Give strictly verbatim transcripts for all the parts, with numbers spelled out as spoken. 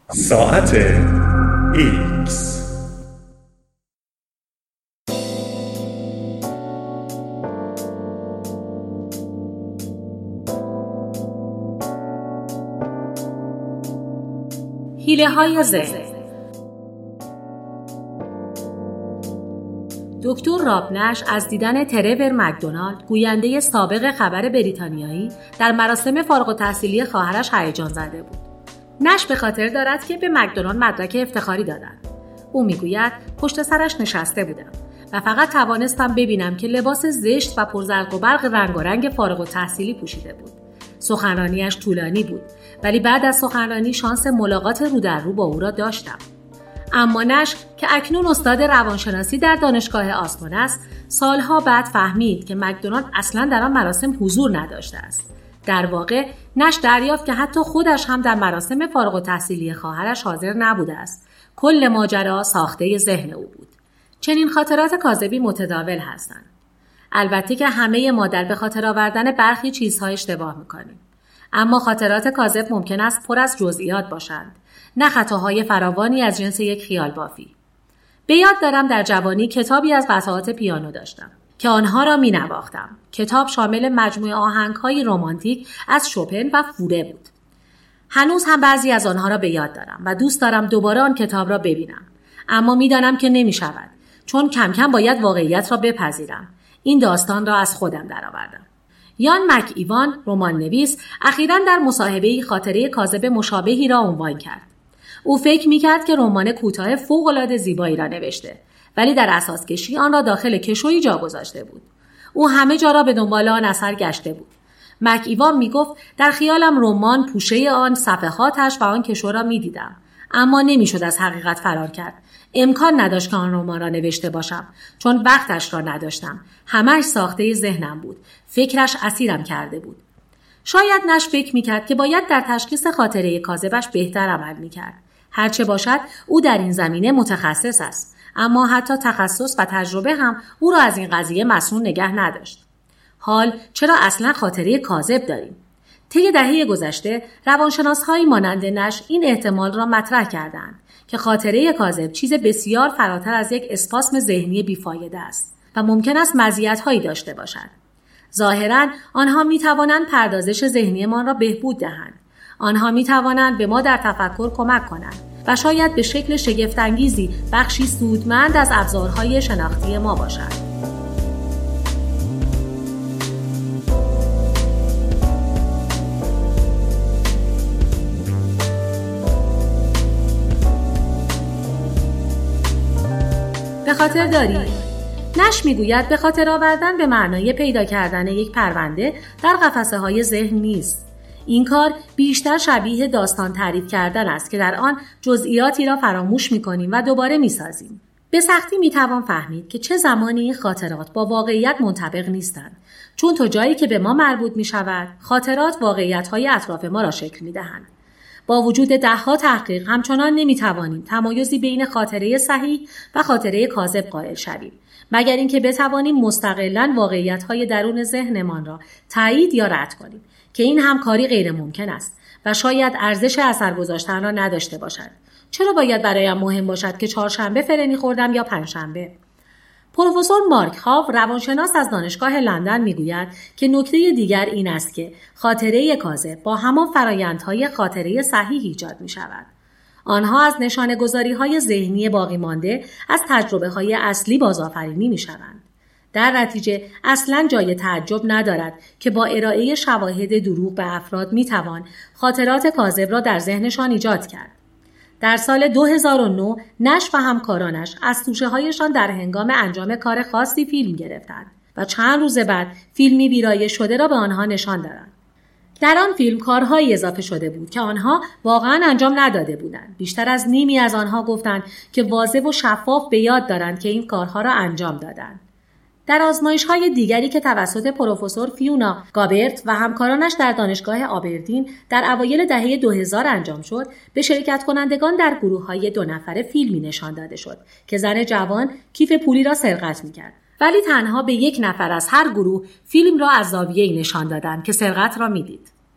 ساعت ایکس. حیله های ذهن. دکتر رابنش از دیدن ترور مکدونالد، گوینده سابق خبر بریتانیایی، در مراسم فارغ التحصیلی خواهرش هیجان زده بود. نش به خاطر دارد که به مکدونالد مدرک افتخاری دادند. او میگوید پشت سرش نشسته بودم و فقط توانستم ببینم که لباس زشت و پرزرق و برق رنگارنگ فارغ التحصیلی پوشیده بود. سخنرانیش طولانی بود، ولی بعد از سخنرانی شانس ملاقات رو در رو با او را داشتم. اما نش که اکنون استاد روانشناسی در دانشگاه آسمون است، سالها بعد فهمید که مکدونالد اصلاً در آن مراسم حضور نداشته است. در واقع نش دریافت که حتی خودش هم در مراسم فارغ التحصیلی خواهرش حاضر نبوده است. کل ماجرا ساخته ذهن او بود. چنین خاطرات کاذبی متداول هستند. البته که همه ما در به خاطر آوردن برخی چیزها اشتباه می‌کنیم. اما خاطرات کاذب ممکن است پر از جزئیات باشند، نه خطاهای فراوانی از جنس یک خیال بافی. به یاد دارم در جوانی کتابی از قطعات پیانو داشتم که آنها را می نواختم. کتاب شامل مجموعه آهنگ‌های رمانتیک از شوپن و فوره بود. هنوز هم بعضی از آنها را به یاد دارم و دوست دارم دوباره آن کتاب را ببینم. اما می دانم که نمی شود، چون کم کم باید واقعیت را بپذیرم. این داستان را از خودم درآوردم. یان مک ایوان، رمان نویس، اخیراً در مصاحبه‌ای خاطره کاذب مشابهی را عنوان کرد. او فکر می‌کرد که رمان کوتاه فوق‌العاده زیبایی را نوشته، ولی در اساس کشی آن را داخل کشویی جا گذاشته بود. او همه جا را به دنبال آن اثر گشته بود. مک ایوان می‌گفت در خیالم رمان، پوشه آن، صفحاتش و آن کشو را می‌دیدم، اما نمی‌شد از حقیقت فرار کرد. امکان نداشت که آن رمان را نوشته باشم، چون وقتش را نداشتم. همش ساخته ذهنم بود. فکرش اسیرم کرده بود. شاید نش فکر می‌کرد که باید در تشخیص خاطره کاذبش بهتر عمل می‌کرد. هرچه باشد او در این زمینه متخصص است، اما حتی تخصص و تجربه هم او را از این قضیه مسئول نگه نداشت. حال چرا اصلا خاطره کاذب داریم؟ طی دهه گذشته روانشناس‌هایی مانند نش این احتمال را مطرح کردند که خاطره کاذب چیز بسیار فراتر از یک اسپاسم ذهنی بیفایده است و ممکن است مزیت‌هایی داشته باشد. ظاهراً آنها می‌توانند پردازش ذهنیمان را بهبود دهند. آنها می‌توانند به ما در تفکر کمک کنند و شاید به شکل شگفت‌انگیزی بخشی سودمند از ابزارهای شناختی ما باشند. به خاطر داری؟ نش میگوید به خاطر آوردن به معنای پیدا کردن یک پرونده در قفسه های ذهن نیست. این کار بیشتر شبیه داستان تعریف کردن است که در آن جزئیاتی را فراموش می‌کنیم و دوباره می‌سازیم. به سختی می‌توان فهمید که چه زمانی این خاطرات با واقعیت منطبق نیستند، چون تا جایی که به ما مربوط می‌شود، خاطرات واقعیت‌های اطراف ما را شکل می‌دهند. با وجود ده‌ها تحقیق همچنان نمی‌توانیم تمایزی بین خاطره صحیح و خاطره کاذب قائل شویم، مگر اینکه بتوانیم مستقلاً واقعیت‌های درون ذهنمان را تایید یا رد کنیم، که این هم کاری غیر ممکن است و شاید ارزش اثر گذاشتن را نداشته باشد. چرا باید برایم مهم باشد که چهارشنبه فرنی خوردم یا پنجشنبه؟ پروفسور مارک هاو، روانشناس از دانشگاه لندن، میگوید که نکته دیگر این است که خاطره کاذب با همان فرایندهای خاطره صحیح ایجاد می شود. آنها از نشانه‌گذاری‌های ذهنی باقی مانده از تجربه‌های اصلی بازآفرینی می شوند. در نتیجه اصلاً جای تعجب ندارد که با ارائه شواهد دروغ به افراد می توان خاطرات کاذب را در ذهنشان ایجاد کرد. در سال دو هزار و نه نش و همکارانش از توشه‌هایشان در هنگام انجام کار خاصی فیلم گرفتند و چند روز بعد فیلمی ویرایش شده را به آنها نشان دادند. در آن فیلم کارهایی اضافه شده بود که آنها واقعاً انجام نداده بودند. بیشتر از نیمی از آنها گفتند که واضح و شفاف به یاد دارند که این کارها را انجام دادند. در آزمایش‌های دیگری که توسط پروفسور فیونا گابرت و همکارانش در دانشگاه آبردین در اوایل دهه دو هزار انجام شد، به شرکت کنندگان در گروه‌های دو نفره فیلمی نشان داده شد که زن جوان کیف پولی را سرقت می‌کرد، ولی تنها به یک نفر از هر گروه فیلم را از زاویه‌ای نشان دادند که سرقت را می‌دید.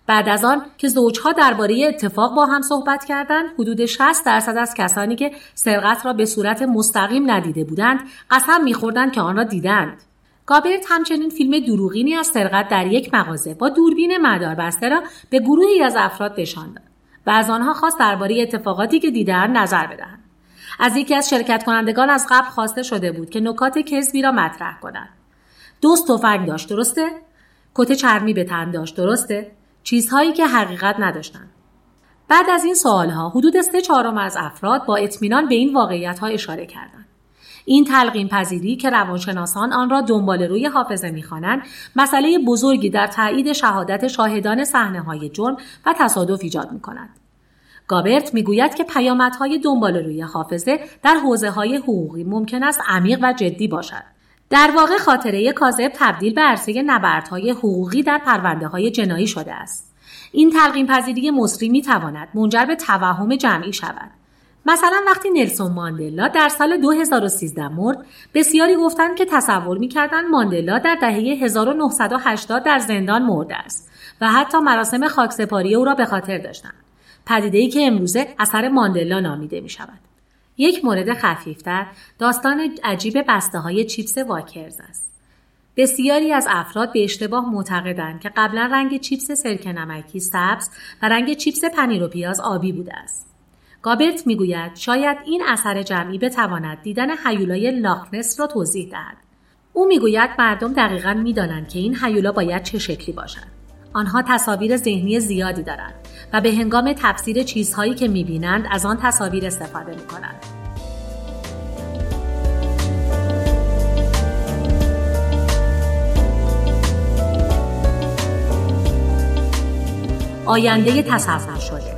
بعد از آن که زوجها درباره اتفاق با هم صحبت کردند، حدود شصت درصد از کسانی که سرقت را به صورت مستقیم ندیده بودند، قسم می‌خوردند که آن را دیدند. گابرت همچنین فیلم دروغینی از سرقت در یک مغازه با دوربین مداربسته را به گروهی از افراد نشان داد و از آنها خواست درباره اتفاقاتی که دیده‌اند نظر بدهند. از یکی از شرکت کنندگان از قبل خواسته شده بود که نکات کذبی را مطرح کنند. دوست تفنگ داشت، درسته؟ کت چرمی به تن داشت، درسته؟ چیزهایی که حقیقت نداشتند. بعد از این سوالها حدود سه چهارم از افراد با اطمینان به این واقعیت‌ها اشاره کردند. این تلقین پذیری که روانشناسان آن را دنبال روی حافظه می‌خوانند، مسئله بزرگی در تایید شهادت شاهدان صحنه‌های جرم و تصادف ایجاد می‌کند. گابرت میگوید که پیامدهای دنبال روی حافظه در حوزه‌های حقوقی ممکن است عمیق و جدی باشد. در واقع خاطره کاذب تبدیل به عرصه نبردهای حقوقی در پرونده‌های جنایی شده است. این تلقین پذیری مصری می‌تواند منجر به توهم جمعی شود. مثلا وقتی نلسون ماندلا در سال دو هزار و سیزده مرد، بسیاری گفتند که تصور می‌کردند ماندلا در دهه هزار و نهصد و هشتاد در زندان مرده است و حتی مراسم خاکسپاری او را به خاطر داشتند. پدیده‌ای که امروزه اثر ماندلا نامیده می‌شود. یک مورد خفیفتر داستان عجیب بسته‌های چیپس واکرز است. بسیاری از افراد به اشتباه معتقدند که قبلا رنگ چیپس سرکه نمکی سبز و رنگ چیپس پنیر و پیاز آبی بوده است. گابرت میگوید شاید این اثر جمعی بتواند دیدن هیولای لاخنس را توضیح دهد. او میگوید مردم دقیقاً میدانند که این هیولا باید چه شکلی باشد. آنها تصاویر ذهنی زیادی دارند و به هنگام تفسیر چیزهایی که میبینند از آن تصاویر استفاده میکنند. آینده تصور شده.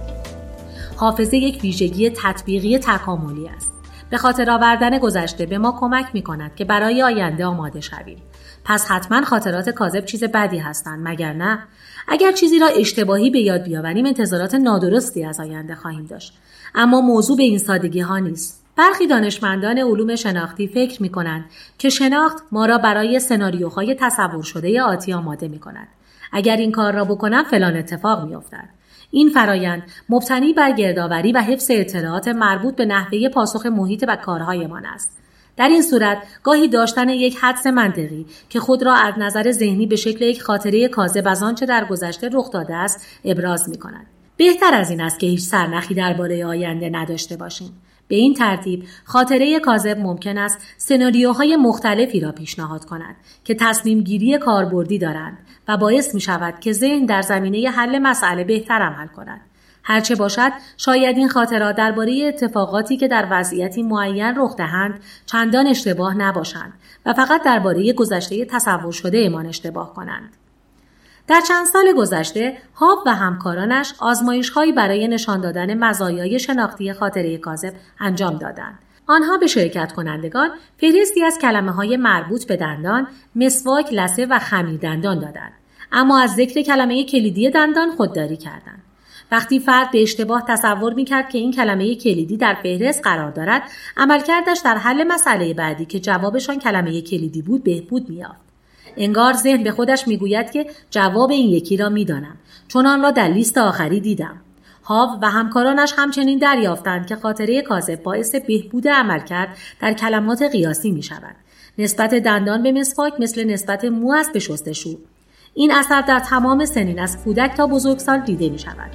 حافظه یک ویژگی تطبیقی تکاملی است. به خاطر آوردن گذشته به ما کمک می‌کند که برای آینده آماده شویم. پس حتما خاطرات کاذب چیز بدی هستند، مگر نه؟ اگر چیزی را اشتباهی به یاد بیاوریم انتظارات نادرستی از آینده خواهیم داشت. اما موضوع به این سادگی ها نیست. برخی دانشمندان علوم شناختی فکر می‌کنند که شناخت ما را برای سناریوهای تصور شده آتی آماده می‌کند. اگر این کار را بکنم فلان اتفاق می‌افتد. این فرایند مبتنی بر گردآوری و حفظ اطلاعات مربوط به نحوه پاسخ محیط و کارهایمان است. در این صورت گاهی داشتن یک حدس منطقی که خود را از نظر ذهنی به شکل یک خاطره کاذب از آنچه در گذشته رخ داده است ابراز می‌کند. بهتر از این است که هیچ سرنخی درباره آینده نداشته باشیم. به این ترتیب خاطره کاذب ممکن است سناریوهای مختلفی را پیشنهاد کند که تصمیم گیری کاربردی دارند و باعث می شود که ذهن در زمینه حل مسئله بهتر عمل کند. هرچه باشد شاید این خاطرات درباره اتفاقاتی که در وضعیتی معین رخ دهند چندان اشتباه نباشند و فقط درباره گذشته تصور شده ایمان اشتباه کنند. در چند سال گذشته هاو و همکارانش آزمایش‌هایی برای نشان دادن مزایای شناختی خاطره کاذب انجام دادند. آنها به شرکت کنندگان فهرستی از کلمه‌های مربوط به دندان، مسواک، لثه و خمیر دندان دادند، اما از ذکر کلمه کلیدی دندان خودداری کردند. وقتی فرد به اشتباه تصور می‌کرد که این کلمه کلیدی در فهرست قرار دارد، عملکردش در حل مسئله بعدی که جوابشان کلمه کلیدی بود بهبود می‌یافت. انگار ذهن به خودش میگوید که جواب این یکی را میدانم چون آن را در لیست آخری دیدم. هاو و همکارانش همچنین دریافتند که خاطره کاذب باعث بهبود عملکرد در کلمات قیاسی می شود. نسبت دندان به مسواک مثل نسبت مو است به شستشو. این اثر در تمام سنین از کودک تا بزرگسال دیده می شود.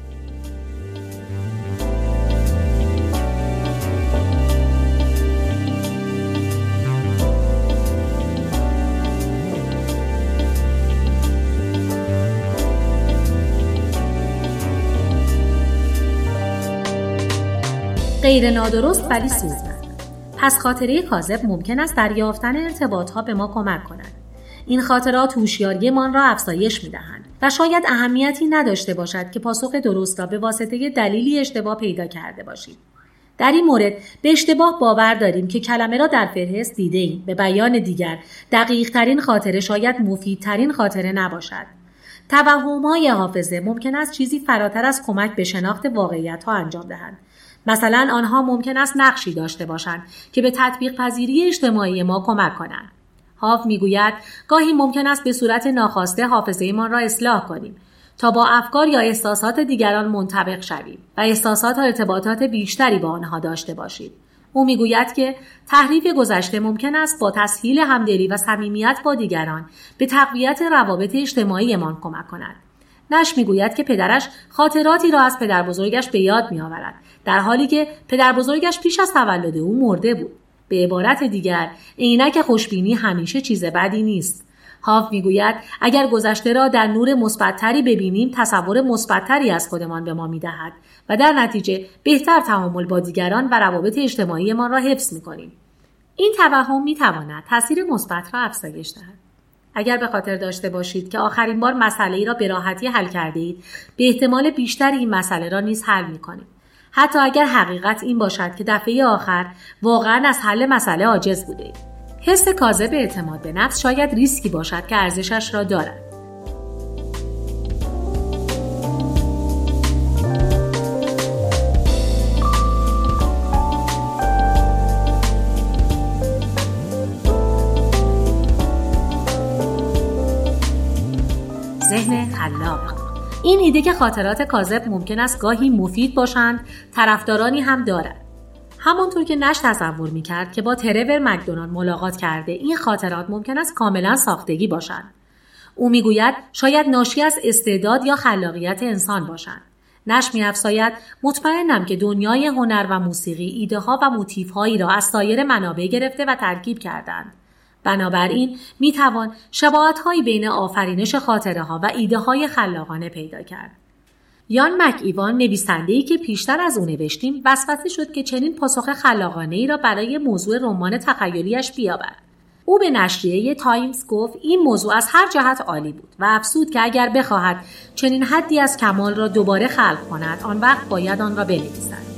غیر نادرست ولی سودمند. پس خاطره کاذب ممکن است در یافتن ارتباطها به ما کمک کند. این خاطرات هوشیاریمان را افزایش می‌دهند و شاید اهمیتی نداشته باشد که پاسخ درست را به واسطه دلیلی اشتباه پیدا کرده باشید. در این مورد به اشتباه باور داریم که کلمه را در فهرست دیده‌ایم. به بیان دیگر، دقیق‌ترین خاطره شاید مفیدترین خاطره نباشد. توهم‌های حافظه ممکن است چیزی فراتر از کمک به شناخت واقعیت‌ها انجام دهند. مثلا آنها ممکن است نقشی داشته باشند که به تطبیق پذیری اجتماعی ما کمک کنند. هاو میگوید گاهی ممکن است به صورت ناخواسته حافظه ما را اصلاح کنیم. تا با افکار یا احساسات دیگران منطبق شوید و احساسات و ارتباطات بیشتری با آنها داشته باشید. او میگوید که تحریف گذشته ممکن است با تسهیل همدلی و صمیمیت با دیگران به تقویت روابط اجتماعیمان کمک کند. نش میگوید که پدرش خاطراتی را از پدر بزرگش به یاد می آورد، در حالی که پدر بزرگش پیش از تولد او مرده بود. به عبارت دیگر، عینک خوشبینی همیشه چیز بدی نیست. هاف میگوید اگر گذشته را در نور مثبت‌تری ببینیم، تصور مثبت‌تری از خودمان به ما میدهد و در نتیجه بهتر تعامل با دیگران و روابط اجتماعی ما را حفظ میکنیم. این توهم میتواند تاثیر مثبت را افزایش دهد. اگر به خاطر داشته باشید که آخرین بار مسئله‌ای را به راحتی حل کرده اید، به احتمال بیشتر این مسئله را نیز حل میکنید. حتی اگر حقیقت این باشد که دفعه آخر واقعاً از حل مسئله عاجز بودید. حس کاذب اعتماد به نفس شاید ریسکی باشد که ارزشش را دارد. ذهن خلاق. این ایده که خاطرات کاذب ممکن است گاهی مفید باشند، طرفدارانی هم دارد. همانطور که نش تصور می‌کرد که با ترور مکدونالد ملاقات کرده، این خاطرات ممکن است کاملا ساختگی باشند. او میگوید شاید ناشی از استعداد یا خلاقیت انسان باشند. نش می‌افزاید مطمئنم که دنیای هنر و موسیقی ایده‌ها و موتیف‌هایی را از سایر منابع گرفته و ترکیب کردند. بنابراین میتوان شباهت‌هایی بین آفرینش خاطره‌ها و ایده‌های خلاقانه پیدا کرد. یان مک ایوان، نویسنده‌ای که پیشتر از او نوشتیم، وسوسه شد که چنین پاسخ خلاقانه‌ای را برای موضوع رمان تخیلیش بیابد. او به نشریه تایمز گفت این موضوع از هر جهت عالی بود و افزود که اگر بخواهد چنین حدی از کمال را دوباره خلق کند، آن وقت باید آن را بنویسد.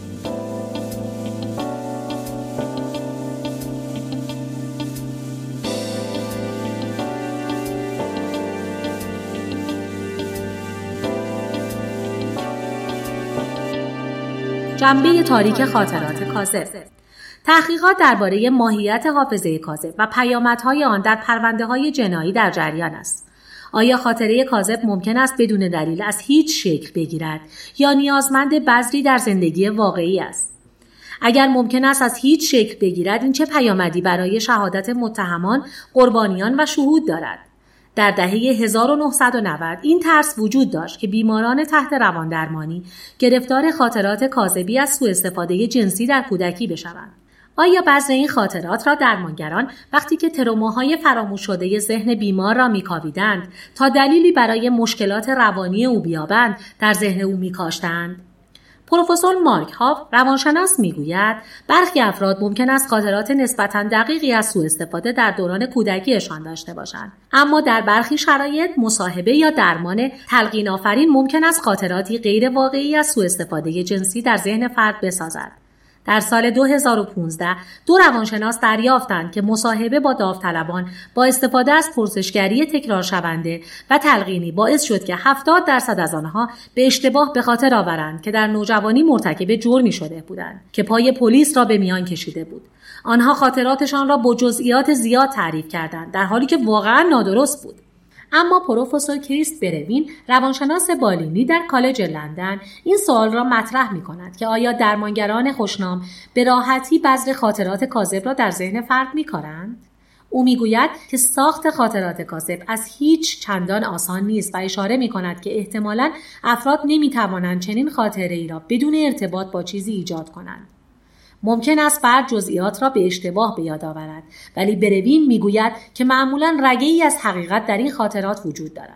جنبه تاریک خاطرات کاذب. تحقیقات درباره ماهیت حافظه کاذب و پیامدهای آن در پرونده‌های جنایی در جریان است. آیا خاطره کاذب ممکن است بدون دلیل از هیچ شکل بگیرد یا نیازمند بذری در زندگی واقعی است؟ اگر ممکن است از هیچ شکل بگیرد، این چه پیامدی برای شهادت متهمان، قربانیان و شهود دارد؟ در دهه هزار و نهصد و نود این ترس وجود داشت که بیماران تحت رواندرمانی گرفتار خاطرات کاذبی از سوء استفاده جنسی در کودکی بشوند. آیا بذر این خاطرات را درمانگران وقتی که تروماهای فراموش شده ذهن بیمار را میکاویدند تا دلیلی برای مشکلات روانی او بیابند در ذهن او میکاشتند؟ پروفسور مارک هاف، روانشناس، میگوید برخی افراد ممکن است خاطرات نسبتاً دقیقی از سوء استفاده در دوران کودکیشان داشته باشند، اما در برخی شرایط مصاحبه یا درمان تلقین آفرین ممکن است خاطراتی غیر واقعی از سوء استفاده جنسی در ذهن فرد بسازد. در سال دو هزار و پانزده دو روانشناس دریافتند که مصاحبه با داوطلبان با استفاده از پرسشگری تکرار شونده و تلقینی باعث شد که هفتاد درصد از آنها به اشتباه به خاطر آورند که در نوجوانی مرتکب جرمی شده بودند که پای پلیس را به میان کشیده بود. آنها خاطراتشان را با جزئیات زیاد تعریف کردند، در حالی که واقعا نادرست بود. اما پروفسور کریست بروین، روانشناس بالینی در کالج لندن، این سوال را مطرح می کند که آیا درمانگران خوشنام به راحتی بذر خاطرات کاذب را در ذهن فرد می کارند؟ او می گوید که ساخت خاطرات کاذب از هیچ چندان آسان نیست و اشاره می کند که احتمالاً افراد نمی توانند چنین خاطره ای را بدون ارتباط با چیزی ایجاد کنند. ممکن است فرد جزئیات را به اشتباه به یاد آورد، ولی بروین میگوید که معمولاً رگه‌ای از حقیقت در این خاطرات وجود دارد.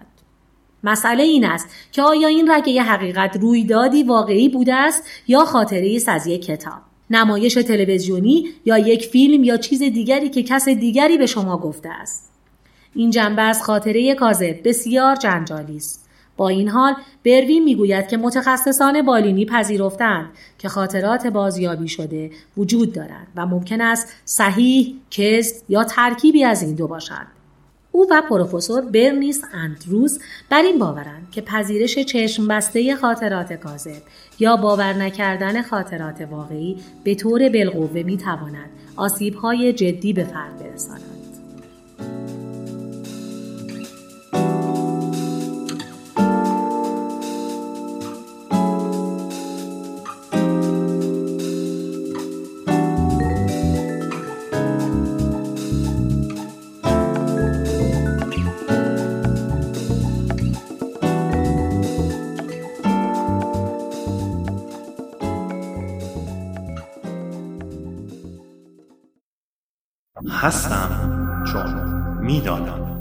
مسئله این است که آیا این رگه حقیقت رویدادی واقعی بوده است یا خاطره‌ای از یک کتاب، نمایش تلویزیونی یا یک فیلم یا چیز دیگری که کس دیگری به شما گفته است. این جنبه از خاطره کاذب بسیار جنجالی است. با این حال بروین میگوید که متخصصان بالینی پذیرفتند که خاطرات بازیابی شده وجود دارند و ممکن است صحیح، کذب یا ترکیبی از این دو باشند. او و پروفسور برنیس اندروز بر این باورند که پذیرش چشم بسته خاطرات کاذب یا باور نکردن خاطرات واقعی به طور بالقوه میتواند آسیب‌های جدی به فرد برساند. هستم چون میدانم.